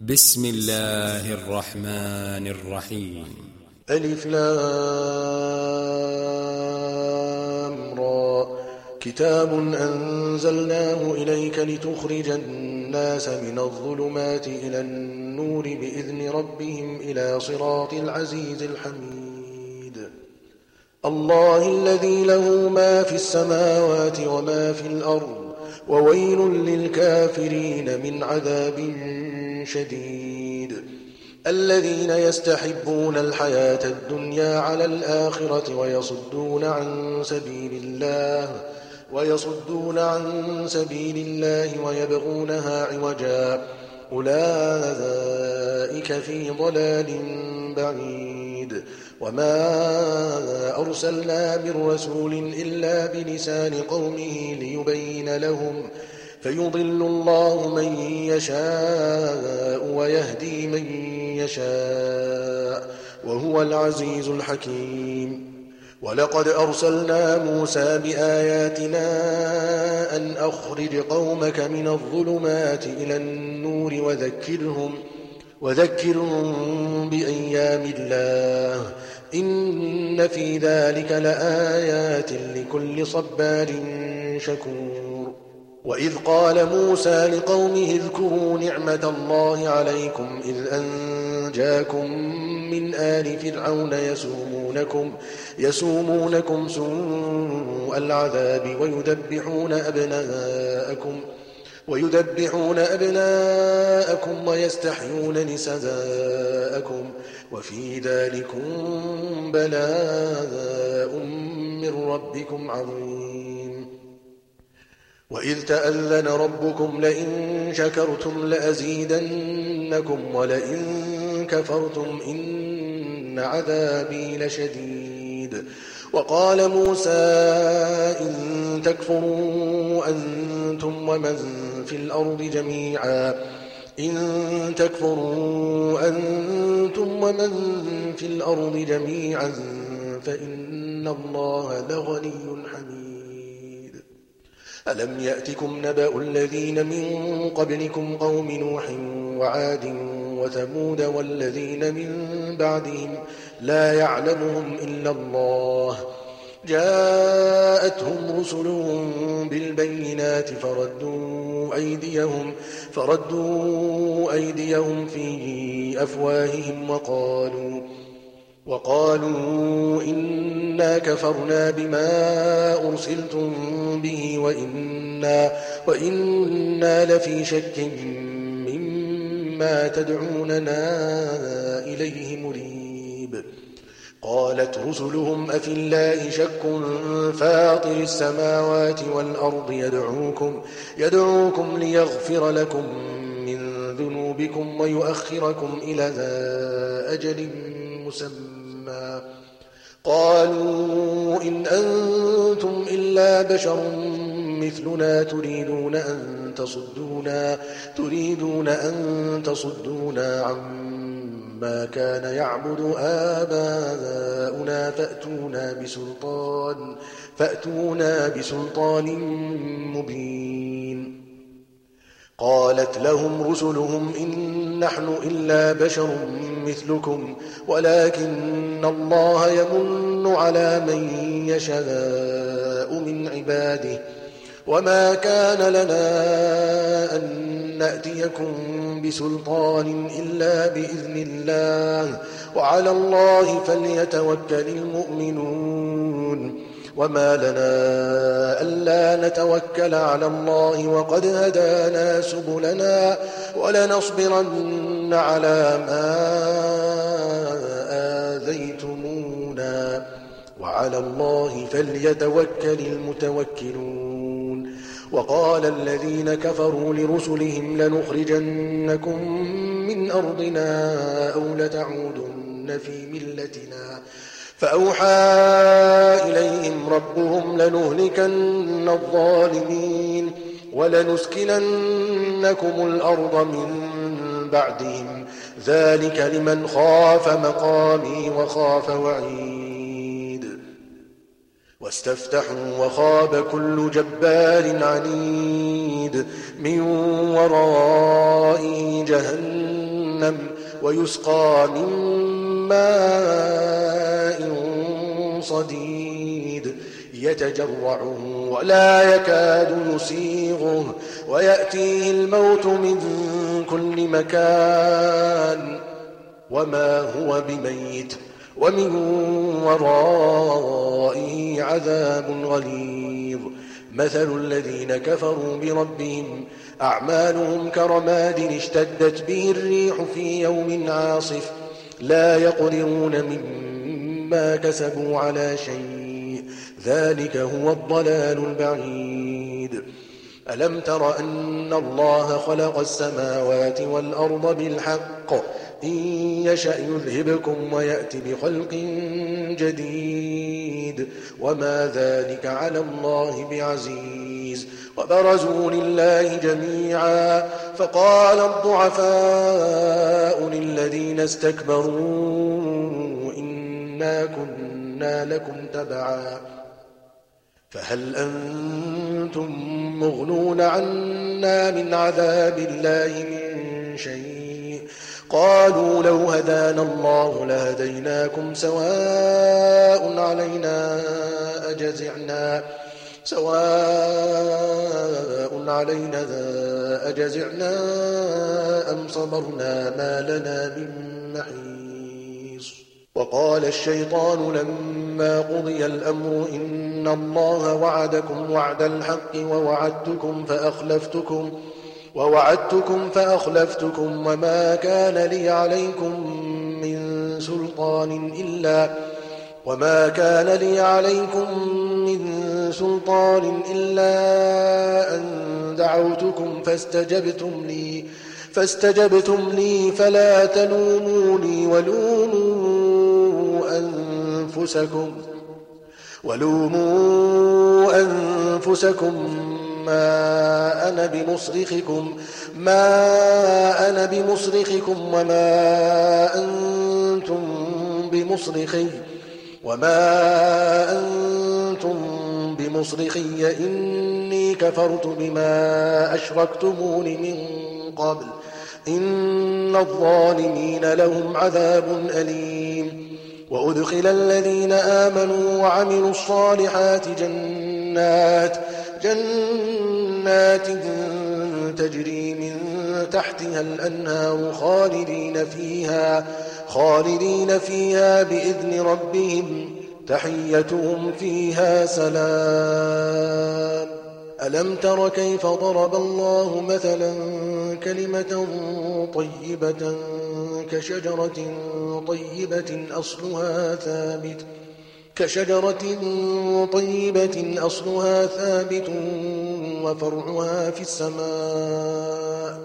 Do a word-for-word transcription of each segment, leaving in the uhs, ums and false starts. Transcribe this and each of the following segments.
بسم الله الرحمن الرحيم. ألف لام را. كتاب أنزلناه إليك لتخرج الناس من الظلمات إلى النور بإذن ربهم إلى صراط العزيز الحميد. الله الذي له ما في السماوات وما في الأرض، وويل للكافرين من عذاب شديد. الذين يستحبون الحياة الدنيا على الآخرة ويصدون عن سبيل الله ويصدون عن سبيل الله ويبغونها عوجا، أولئك في ضلال بعيد. وما أرسلنا من رسول إلا بلسان قومه ليبين لهم، فيضل الله من يشاء ويهدي من يشاء، وهو العزيز الحكيم. ولقد أرسلنا موسى بآياتنا أن أخرج قومك من الظلمات إلى النور وذكرهم, وذكرهم بأيام الله، إن في ذلك لآيات لكل صبار شكور. وإذ قال موسى لقومه اذكروا نعمة الله عليكم إذ أنجاكم من آل فرعون يسومونكم, يسومونكم سوء العذاب ويذبحون أبناءكم, ويذبحون أبناءكم ويستحيون نساءكم، وفي ذلكم بلاء من ربكم عظيم. وإذ تأذن ربكم لئن شكرتم لأزيدنكم ولئن كفرتم إن عذابي لشديد. وقال موسى إن تكفروا أنتم ومن في الأرض جميعا إن تكفروا أنتم ومن في الأرض جميعا فإن الله لغني حميد. ألم يأتكم نبأ الذين من قبلكم قوم نوح وعاد وثمود والذين من بعدهم لا يعلمهم إلا الله، جاءتهم رسلهم بالبينات فردوا أيديهم, فردوا أيديهم في أفواههم وقالوا وقالوا إنا كفرنا بما أرسلتم به وإنا, وإنا لفي شك مما تدعوننا إليه مريب. قالت رسلهم أفي الله شك فاطر السماوات والأرض يدعوكم, يدعوكم ليغفر لكم من ذنوبكم ويؤخركم إلى أجل مسمى. قالوا إن أنتم إلا بشر مثلنا تريدون أن تصدونا, تريدون أن تصدونا عما كان يعبد آباؤنا فأتونا بسلطان, فأتونا بسلطان مبين. قالت لهم رسلهم إن نحن إلا بشر مثلكم ولكن الله يمن على من يشاء من عباده، وما كان لنا أن نأتيكم بسلطان إلا بإذن الله، وعلى الله فليتوكل المؤمنون. وما لنا ألا نتوكل على الله وقد هدانا سبلنا ولنصبرن على ما آذيتمونا وعلى الله فليتوكل المتوكلون. وقال الذين كفروا لرسلهم لنخرجنكم من أرضنا أو لتعودن في ملتنا، فأوحى إليهم ربهم لنهلكن الظالمين ولنسكننكم الأرض من بعدهم، ذلك لمن خاف مقامي وخاف وعيد. واستفتحوا وخاب كل جبار عنيد من ورائه جهنم جهنم ويسقى من ماء صديد يتجرعه ولا يكاد يسيغه ويأتيه الموت من كل مكان وما هو بميت ومن ورائه عذاب غليظ. مثل الذين كفروا بربهم أعمالهم كرماد اشتدت به الريح في يوم عاصف لا يقدرون مما كسبوا على شيء ذلك هو الضلال البعيد. ألم تر أن الله خلق السماوات والأرض بالحق إن يشأ يذهبكم ويأتي بخلق جديد وما ذلك على الله بعزيز. وبرزوا لله جميعا فقال الضعفاء للذين استكبروا إنا كنا لكم تبعا فهل أنتم مغنون عنا من عذاب الله من شيء قالوا لو هدانا الله لهديناكم سواء علينا أجزعنا سواء علينا أجزعنا أم صبرنا ما لنا من محيص. وقال الشيطان لما قضي الأمر إن الله وعدكم وعد الحق ووعدتكم فأخلفتكم ووعدتكم فأخلفتكم وما كان لي عليكم من سلطان إلا وما كان لي عليكم من سلطان إلا أن دعوتكم فاستجبتم لي فاستجبتم لي فلا تلوموني ولوموا أنفسكم ولوموا أنفسكم ما أنا بمصرخكم ما أنا بمصرخكم وما أنتم بمصرخي وما أنتم بمصرخي إني كفرت بما أشركتمون من قبل إن الظالمين لهم عذاب أليم. وأدخل الذين آمنوا وعملوا الصالحات جنات جنات تجري من تحتها الأنهار خالدين فيها خالدين فيها بإذن ربهم تحيتهم فيها سلام. ألم تر كيف ضرب الله مثلا كلمة طيبة كشجرة طيبة أصلها ثابت كشجرة طيبة أصلها ثابت وفرعها في السماء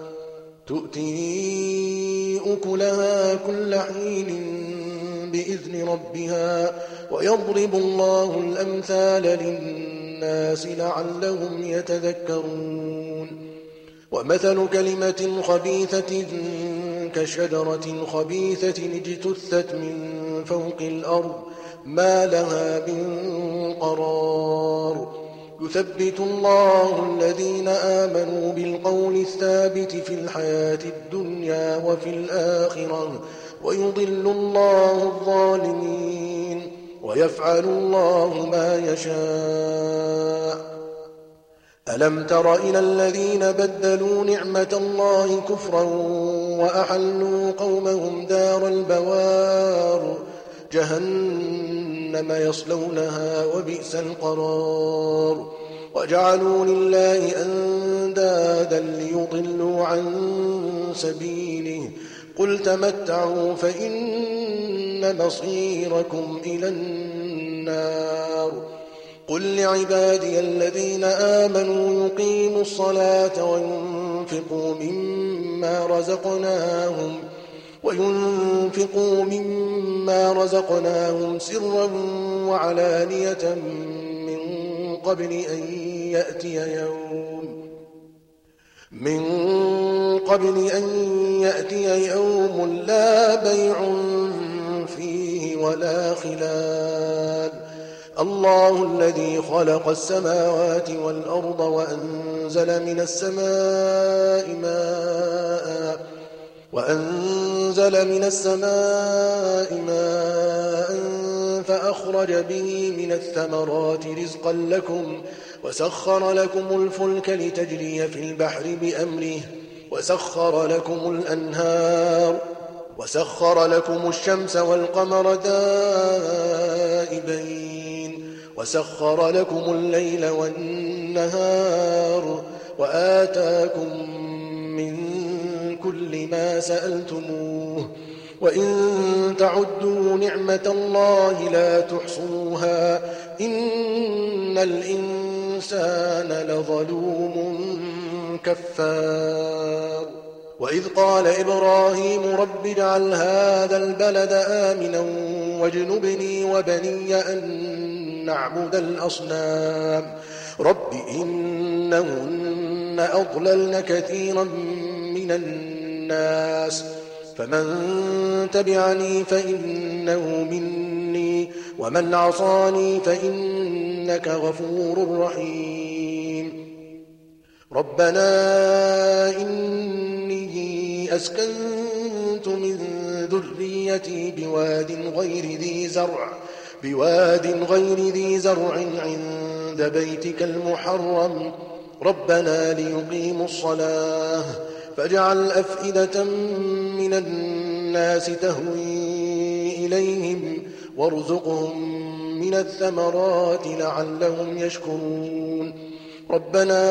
تؤتي أكلها كل حين بإذن ربها ويضرب الله الأمثال للناس لعلهم يتذكرون. ومثل كلمة خبيثة كشجرة خبيثة اجتثت من فوق الأرض ما لها من قرار يثبت الله الذين آمنوا بالقول الثابت في الحياة الدنيا وفي الآخرة ويضل الله الظالمين ويفعل الله ما يشاء. ألم تر إلى الذين بدلوا نعمة الله كفرا وأحلوا قومهم دار البوار جهنم يصلونها وبئس القرار وجعلوا لله أندادا ليضلوا عن سبيله قل تمتعوا فإن مصيركم إلى النار. قل لعبادي الذين آمنوا يقيموا الصلاة وينفقوا مما رزقناهم وينفقوا مما رزقناهم سرا وعلانية من قبل أن يأتي يوم من قبل أن يأتي يوم لا بيع فيه ولا خلال. الله الذي خلق السماوات والأرض وأنزل من السماء ماء وأنزل من السماء ماء فأخرج به من الثمرات رزقا لكم وسخر لكم الفلك لتجري في البحر بأمره وسخر لكم الأنهار وسخر لكم الشمس والقمر دائبين وسخر لكم الليل والنهار وآتاكم من كل ما سألتموه وإن تعدوا نعمة الله لا تحصوها إن الإنسان لظلوم كفار وإذ قال إبراهيم رب اجعل هذا البلد آمنا واجنبني وبني أن نعبد الأصنام رب إنهن أضللن كثيرا من الناس فمن تبعني فإنه مني ومن عصاني فإنك غفور رحيم ربنا إني أسكنت من ذريتي بواد غير ذي زرع بواد غير ذي زرع عند بيتك المحرم ربنا ليقيموا الصلاة فاجعل أفئدة من الناس تهوي إليهم وارزقهم من الثمرات لعلهم يشكرون ربنا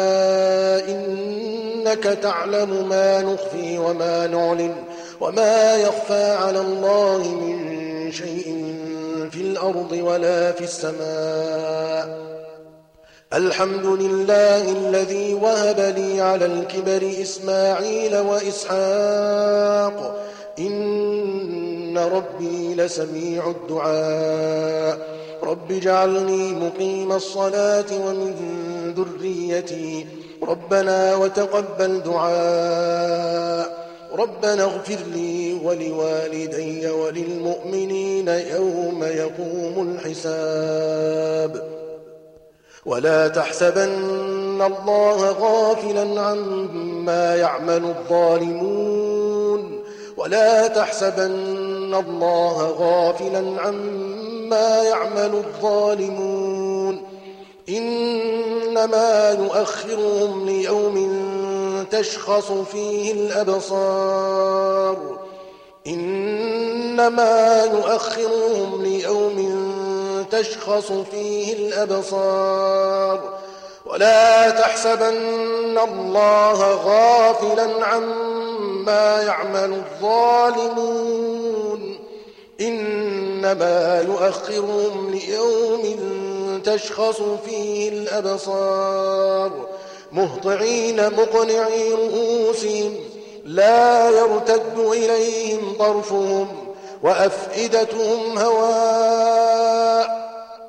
إنك تعلم ما نخفي وما نعلن وما يخفى على الله من شيء في الأرض ولا في السماء الحمد لله الذي وهب لي على الكبر إسماعيل وإسحاق إن ربي لسميع الدعاء رب اجعلني مقيم الصلاة ومن ذريتي ربنا وتقبل دعاء ربنا اغفر لي ولوالدي وللمؤمنين يوم يقوم الحساب ولا تحسبن الله غافلا عما يعمل الظالمون ولا تحسبن الله غافلا عما يعمل الظالمون إنما يؤخرهم ليوم تشخص فيه الأبصار إنما يؤخرهم ليوم تشخص فيه الأبصار ولا تحسبن الله غافلا عما يعمل الظالمون إنما يؤخرهم ليوم تشخص فيه الأبصار مهطعين مقنعي رؤوسهم لا يرتد إليهم طرفهم وأفئدتهم هواء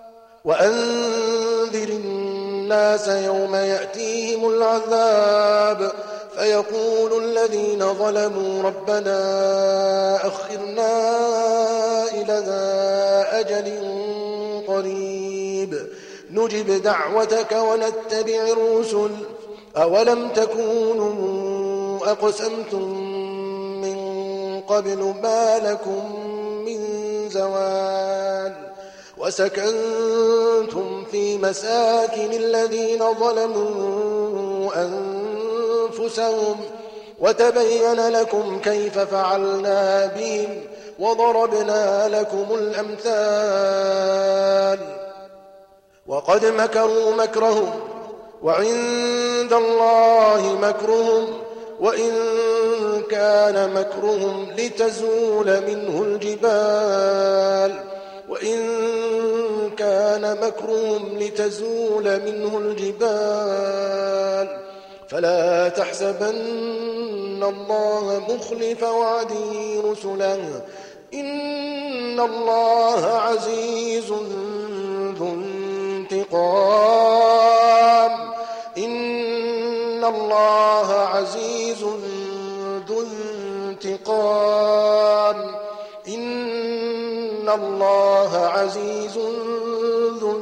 وأنذر الناس يوم يأتيهم العذاب فيقول الذين ظلموا ربنا أخرنا إلى أجل قريب نجب دعوتك ونتبع الرسل أولم تكونوا أقسمتم من قبل ما لكم من زوال وسكنتم في مساكن الذين ظلموا أنفسهم وتبين لكم كيف فعلنا بهم وضربنا لكم الأمثال وقد مكروا مكرهم وعند الله مكرهم وإن كان مكرهم لتزول منه الجبال وإن كان مكرهم لتزول منه الجبال فلا تحسبن الله مخلف وعده رسله إن الله عزيز ذو انتقام إن الله عزيز ذو انتقام إن الله عزيز ذو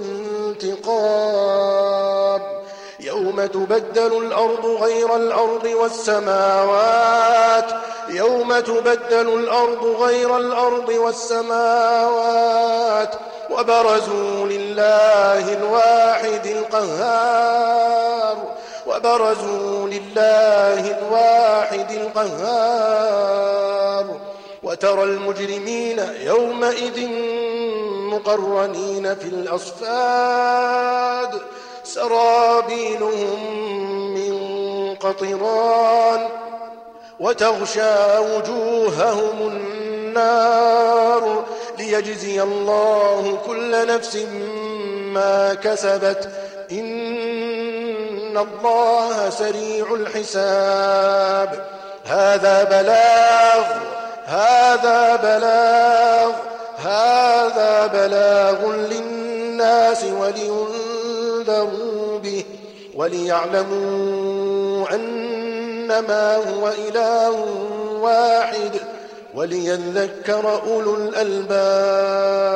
انتقام يوم تبدل الأرض غير الأرض والسماوات يوم تبدل الأرض غير الأرض والسماوات وبرزوا لله الواحد القهار وبرزوا لله الواحد القهار وترى المجرمين يومئذ مقرنين في الأصفاد سرابيلهم من قطران وتغشى وجوههم النار ليجزي الله كل نفس ما كسبت إن الله سريع الحساب. هذا بلاغ هذا بلاغ هذا بلاغ للناس ولينذروا به وليعلموا أنما هو إله واحد وليذكر أولو الألباب.